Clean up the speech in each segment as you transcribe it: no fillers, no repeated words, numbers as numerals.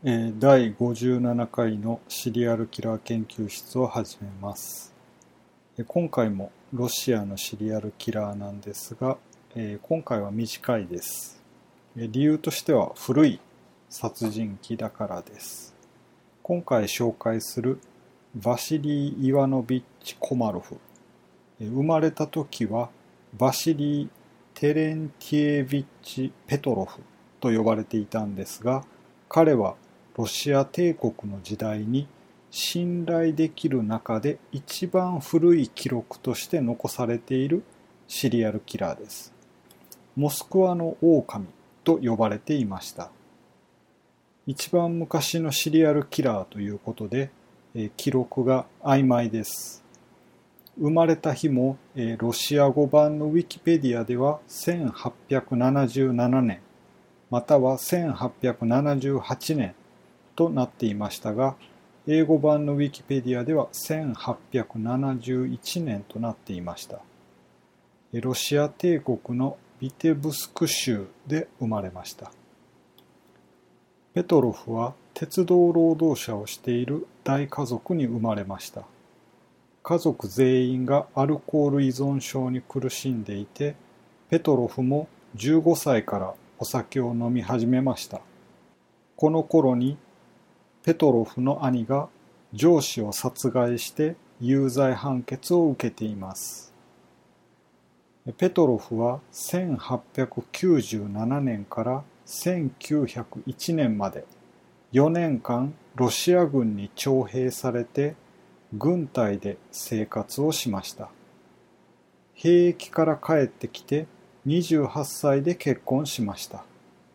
第57回のシリアルキラー研究室を始めます。今回もロシアのシリアルキラーなんですが、今回は短いです。理由としては古い殺人鬼だからです。今回紹介するバシリー・イワノビッチ・コマロフ。生まれた時はバシリー・テレンティエビッチ・ペトロフと呼ばれていたんですが、彼はロシア帝国の時代に信頼できる中で一番古い記録として残されているシリアルキラーです。モスクワの狼と呼ばれていました。一番昔のシリアルキラーということで、記録が曖昧です。生まれた日も、ロシア語版のウィキペディアでは1877年または1878年となっていましたが、英語版のウィキペディアでは1871年となっていました。ロシア帝国のビテブスク州で生まれました。ペトロフは鉄道労働者をしている大家族に生まれました。家族全員がアルコール依存症に苦しんでいて、ペトロフも15歳からお酒を飲み始めました。この頃にペトロフの兄が上司を殺害して有罪判決を受けています。ペトロフは1897年から1901年まで4年間ロシア軍に徴兵されて軍隊で生活をしました。兵役から帰ってきて28歳で結婚しました。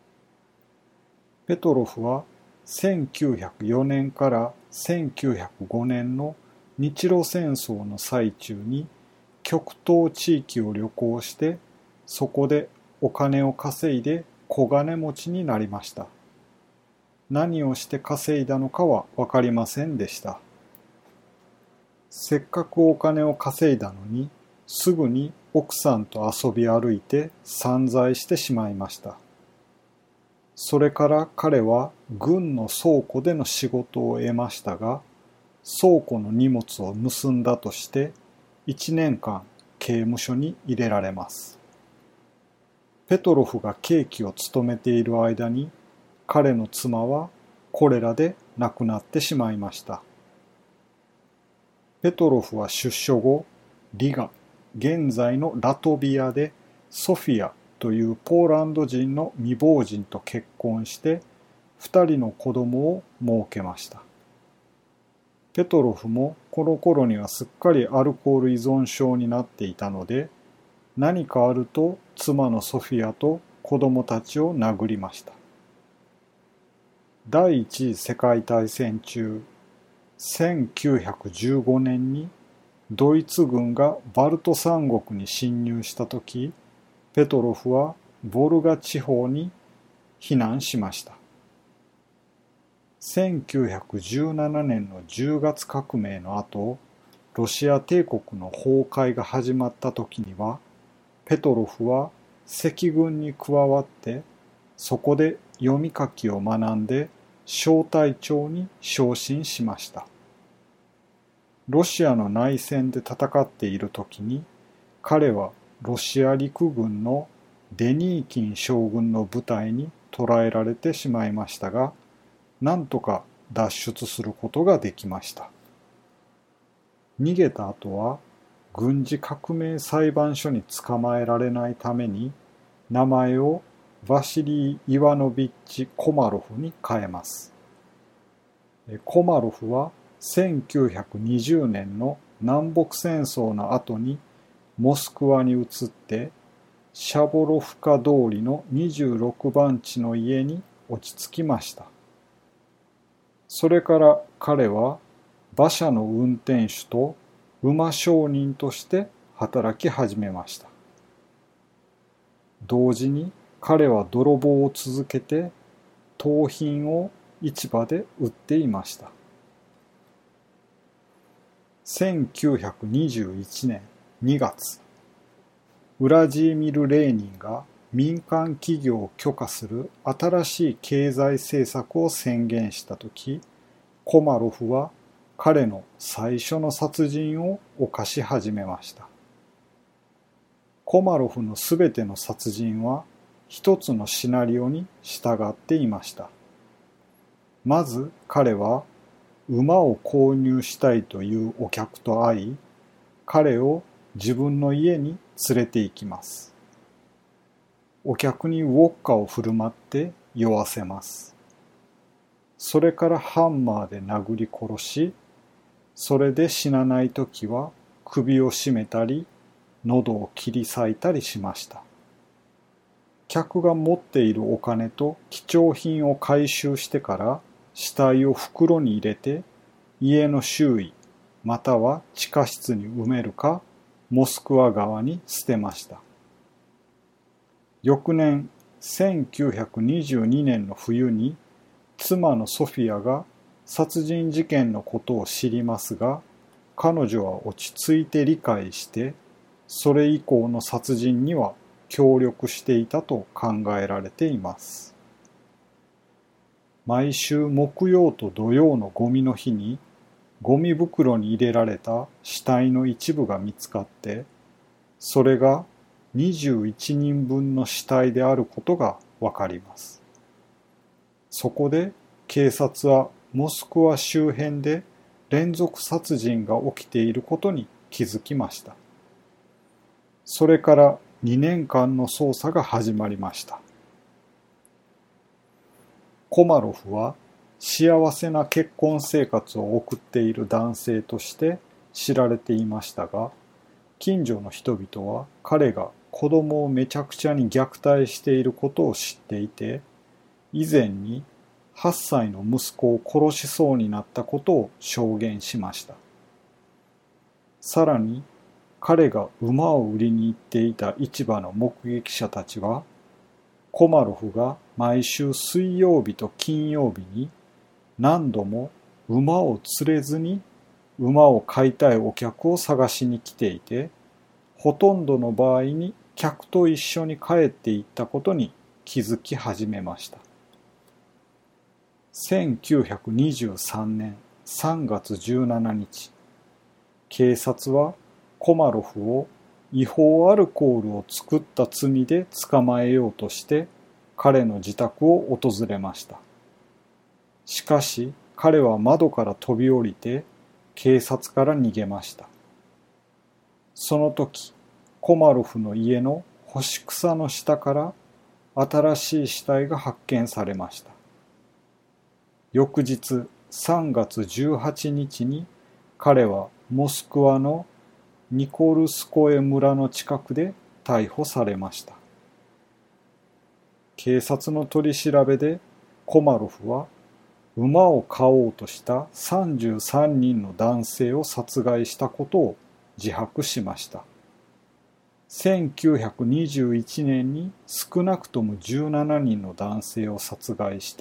ペトロフは1904年から1905年の日露戦争の最中に極東地域を旅行して、そこでお金を稼いで小金持ちになりました。何をして稼いだのかはわかりませんでした。せっかくお金を稼いだのに、すぐに奥さんと遊び歩いて散財してしまいました。それから彼は軍の倉庫での仕事を得ましたが、倉庫の荷物を盗んだとして1年間刑務所に入れられます。ペトロフが刑期を務めている間に、彼の妻はコレラで亡くなってしまいました。ペトロフは出所後、リガ、現在のラトビアでソフィアというポーランド人の未亡人と結婚して2人の子供を設けました。ペトロフもこの頃にはすっかりアルコール依存症になっていたので、何かあると妻のソフィアと子供たちを殴りました。第一次世界大戦中、1915年にドイツ軍がバルト三国に侵入したとき、ペトロフはボルガ地方に避難しました。1917年の10月革命の後、ロシア帝国の崩壊が始まった時には、ペトロフは赤軍に加わって、そこで読み書きを学んで小隊長に昇進しました。ロシアの内戦で戦っている時に、彼はロシア陸軍のデニーキン将軍の部隊に捕らえられてしまいましたが、なんとか脱出することができました。逃げた後は軍事革命裁判所に捕まえられないために名前をバシリー・イワノビッチ・コマロフに変えます。コマロフは1920年の南北戦争の後にモスクワに移ってシャボロフカ通りの26番地の家に落ち着きました。それから彼は馬車の運転手と馬商人として働き始めました。同時に彼は泥棒を続けて盗品を市場で売っていました。1921年2月、ウラジーミル・レーニンが民間企業を許可する新しい経済政策を宣言したとき、コマロフは彼の最初の殺人を犯し始めました。コマロフのすべての殺人は一つのシナリオに従っていました。まず彼は馬を購入したいというお客と会い、彼を自分の家に連れて行きます。お客にウォッカを振る舞って酔わせます。それからハンマーで殴り殺し、それで死なないときは首を絞めたり、喉を切り裂いたりしました。客が持っているお金と貴重品を回収してから死体を袋に入れて家の周囲または地下室に埋めるかモスクワ川に捨てました。翌年1922年の冬に妻のソフィアが殺人事件のことを知りますが、彼女は落ち着いて理解してそれ以降の殺人には協力していたと考えられています。毎週木曜と土曜のゴミの日にゴミ袋に入れられた死体の一部が見つかって、それが21人分の死体であることがわかります。そこで警察はモスクワ周辺で連続殺人が起きていることに気づきました。それから2年間の捜査が始まりました。コマロフは幸せな結婚生活を送っている男性として知られていましたが、近所の人々は彼が子供をめちゃくちゃに虐待していることを知っていて、以前に8歳の息子を殺しそうになったことを証言しました。さらに彼が馬を売りに行っていた市場の目撃者たちは、コマロフが毎週水曜日と金曜日に何度も馬を連れずに馬を買いたいお客を探しに来ていて、ほとんどの場合に客と一緒に帰っていったことに気づき始めました。1923年3月17日、警察はコマロフを違法アルコールを作った罪で捕まえようとして彼の自宅を訪れました。しかし彼は窓から飛び降りて警察から逃げました。その時、コマロフの家の干し草の下から新しい死体が発見されました。翌日3月18日に彼はモスクワのニコルスコエ村の近くで逮捕されました。警察の取り調べでコマロフは馬を飼おうとした33人の男性を殺害したことを自白しました。1921年に少なくとも17人の男性を殺害して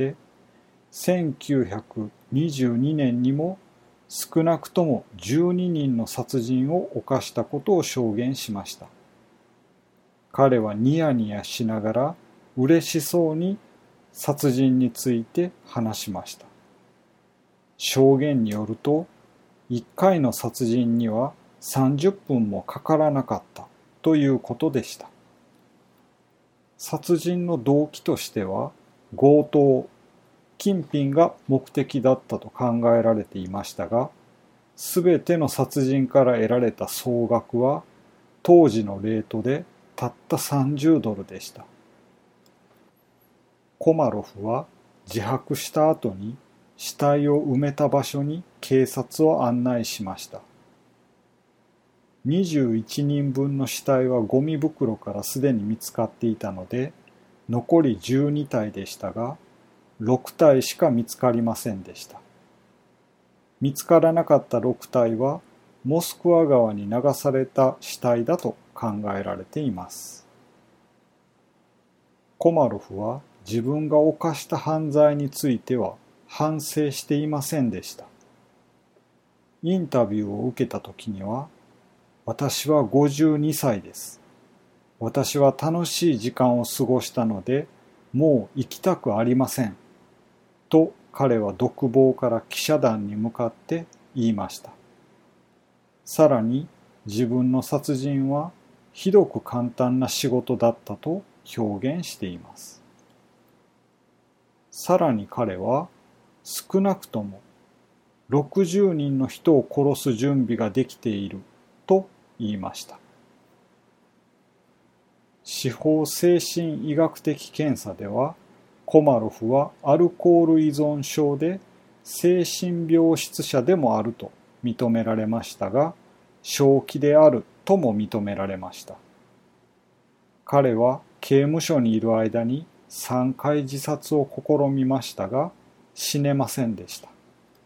、1922年にも少なくとも12人の殺人を犯したことを証言しました。彼はニヤニヤしながら嬉しそうに殺人について話しました。証言によると、1回の殺人には30分もかからなかったということでした。殺人の動機としては、強盗、金品が目的だったと考えられていましたが、すべての殺人から得られた総額は、当時のレートでたった$30でした。コマロフは自白した後に死体を埋めた場所に警察を案内しました。21人分の死体はゴミ袋からすでに見つかっていたので、残り12体でしたが、6体しか見つかりませんでした。見つからなかった6体はモスクワ川に流された死体だと考えられています。コマロフは自分が犯した犯罪については反省していませんでした。インタビューを受けた時には、私は52歳です。 私は楽しい時間を過ごしたので、もう行きたくありません。と彼は独房から記者団に向かって言いました。さらに自分の殺人はひどく簡単な仕事だったと表現しています。さらに彼は少なくとも60人の人を殺す準備ができていると言いました。司法精神医学的検査では、コマロフはアルコール依存症で精神病質者でもあると認められましたが、正気であるとも認められました。彼は刑務所にいる間に3回自殺を試みましたが、死ねませんでした。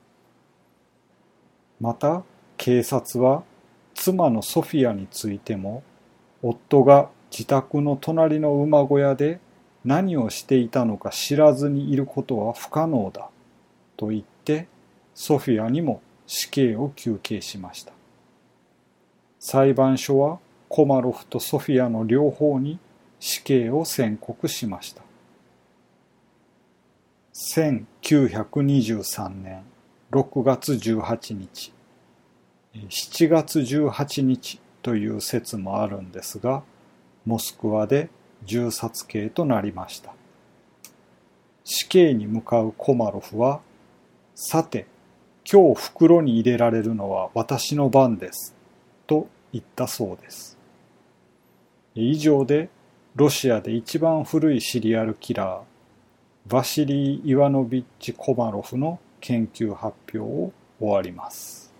また、警察は妻のソフィアについても、夫が自宅の隣の馬小屋で何をしていたのか知らずにいることは不可能だと言って、ソフィアにも死刑を求刑しました。裁判所はコマロフとソフィアの両方に死刑を宣告しました。1923年6月18日、7月18日という説もあるんですが、モスクワで銃殺刑となりました。死刑に向かうコマロフは、さて、今日袋に入れられるのは私の番です、と言ったそうです。以上で、ロシアで一番古いシリアルキラー、バシリー・イワノビッチ・コマロフの研究発表を終わります。